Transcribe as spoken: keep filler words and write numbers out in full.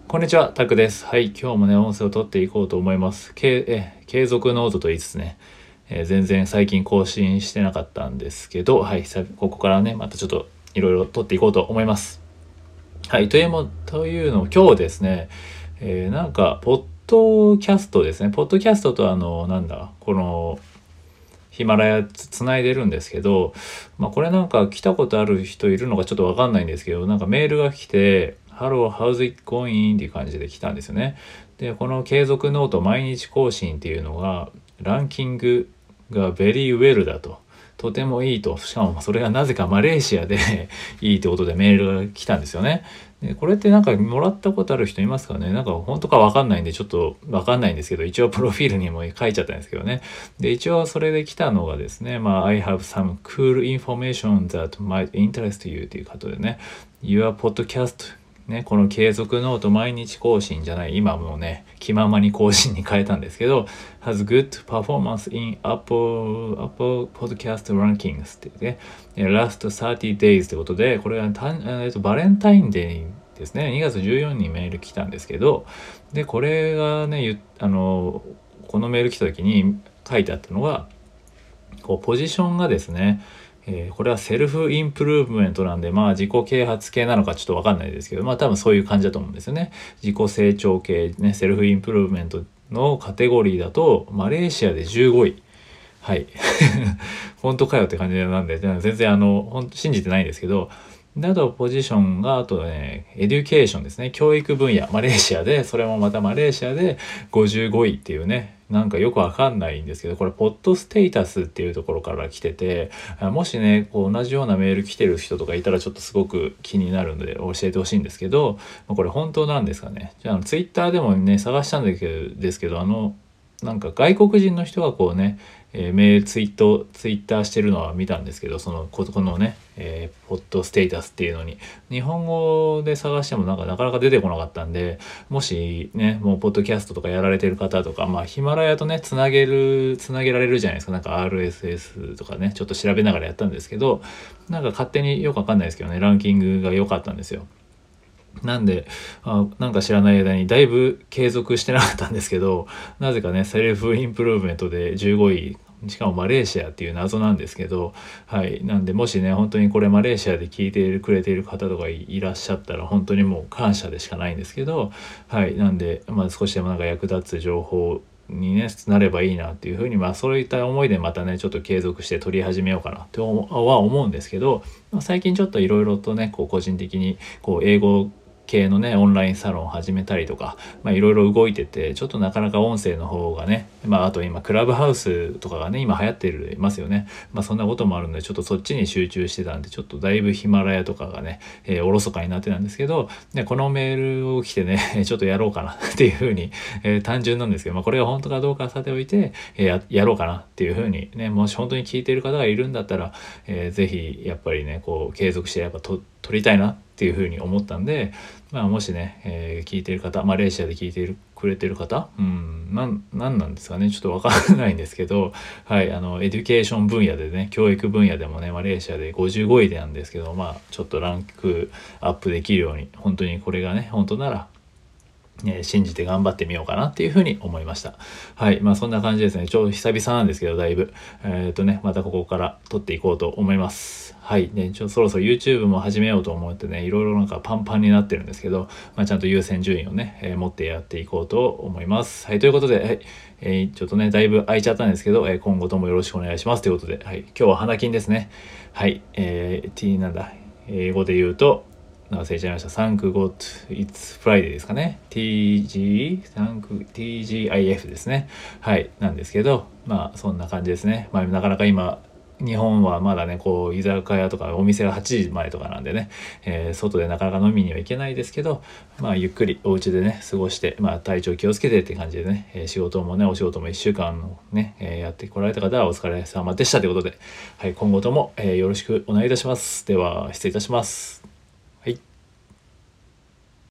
こんにちは、タクです。はい、今日もね、音声を取っていこうと思います。けえ継続ノートと言いつつね、えー全然最近更新してなかったんですけど、はい、さここからね、またちょっといろいろ取っていこうと思います。はい、というも、というのを今日ですね、えーなんか、ポッドキャストですね。ポッドキャストとあの、なんだ、この、ヒマラヤつつないでるんですけど、まあこれなんか来たことある人いるのかちょっとわかんないんですけど、なんかメールが来て、Hello, how's it going? っていう感じで来たんですよね。で、この継続ノート毎日更新っていうのが、ランキングが very well だと。とてもいいと。しかもそれがなぜかマレーシアでいいってことでメールが来たんですよね。で、これってなんかもらったことある人いますかね。なんか本当かわかんないんでちょっとわかんないんですけど、一応プロフィールにも書いちゃったんですけどね。で、一応それで来たのがですね、まあ、I have some cool information that might interest you ということでね、Your podcast ね、この継続ノート毎日更新じゃない、今もうね、気ままに更新に変えたんですけど、has good performance in Apple, Apple Podcast Rankings ってね、last さんじゅう days ってことで、これはたん、えっと、バレンタインデーですね、にがつじゅうよっかにメール来たんですけど、で、これがね、あの、このメール来た時に書いてあったのが、こうポジションがですね、えーこれはセルフインプルーブメントなんで、まあ自己啓発系なのかちょっとわかんないですけど、まあ多分そういう感じだと思うんですよね。自己成長系ね、セルフインプルーブメントのカテゴリーだと、マレーシアでじゅうごい。はい。本当かよって感じなんで、全然あの、ほん信じてないんですけど、で、あとポジションが、あとね、エデュケーションですね。教育分野、マレーシアで、それもまたマレーシアでごじゅうごいっていうね、なんかよくわかんないんですけど、これ、ポッドステータスっていうところから来てて、あもしね、こう同じようなメール来てる人とかいたらちょっとすごく気になるので教えてほしいんですけど、これ本当なんですかね。じゃあ、ツイッターでもね、探したんですけど、ですけど、あの、なんか外国人の人がこうね、えー、メールツイートツイッターしてるのは見たんですけど、そのここのね、えー、ポッドステータスっていうのに日本語で探してもなんかなかなか出てこなかったんで、もしねもうポッドキャストとかやられてる方とか、まあヒマラヤとねつなげるつなげられるじゃないですか。なんか アールエスエス とかねちょっと調べながらやったんですけど、なんか勝手によくわかんないですけどね、ランキングが良かったんですよ。なんであなんか知らない間にだいぶ継続してなかったんですけど、なぜかねセルフインプルーブメントでじゅうごい、しかもマレーシアっていう謎なんですけど、はい、なんでもしね本当にこれマレーシアで聞いてくれている方とかいらっしゃったら本当にもう感謝でしかないんですけど、はい、なんで、まあ、少しでもなんか役立つ情報にねなればいいなっていうふうに、まあそういった思いでまたねちょっと継続して取り始めようかなとは思うんですけど、最近ちょっといろいろとねこう個人的にこう英語系のねオンラインサロンを始めたりとか、まあいろいろ動いてて、ちょっとなかなか音声の方がね、まああと今クラブハウスとかがね今流行ってるますよね。まあそんなこともあるのでちょっとそっちに集中してたんで、ちょっとだいぶヒマラヤとかがね、えーおろそかになってたんですけど、でこのメールを来てねちょっとやろうかなっていうふうに、えー単純なんですけど、まあこれが本当かどうかはさておいて、えーややろうかなっていうふうにね、もし本当に聞いている方がいるんだったら、えーぜひやっぱりねこう継続してやっぱと取りたいなっていうふうに思ったんで、まあ、もしね、えー聞いてる方、マレーシアで聞いてるくれてる方、うん、なん、なんなんですかね、ちょっとわからないんですけど、はい、あの、エデュケーション分野でね、教育分野でもね、マレーシアでごじゅうごいなんですけど、まあ、ちょっとランクアップできるように、本当にこれがね、本当なら、えー信じて頑張ってみようかなっていうふうに思いました。はい。まあそんな感じですね。ちょっと久々なんですけど、だいぶ。えっとね、またここから撮っていこうと思います。はい。ね、ちょそろそろ YouTube も始めようと思ってね、いろいろなんかパンパンになってるんですけど、まあちゃんと優先順位をね、えー持ってやっていこうと思います。はい。ということで、はい。えーちょっとね、だいぶ空いちゃったんですけど、えー今後ともよろしくお願いします。ということで、はい。今日は花金ですね。はい。えー、T なんだ。英語で言うと、忘れちゃいました。Thank God It's Friday ですかね。ティージー、Thank、ティージーアイエフ ですね。はい。なんですけど、まあ、そんな感じですね。まあ、なかなか今、日本はまだね、こう、居酒屋とかお店がはちじまでとかなんでね、えー外でなかなか飲みには行けないですけど、まあ、ゆっくりお家でね、過ごして、まあ、体調気をつけてって感じでね、えー仕事もね、お仕事もいっしゅうかんのね、えーやってこられた方はお疲れ様でしたということで、はい、今後とも、えーよろしくお願いいたします。では、失礼いたします。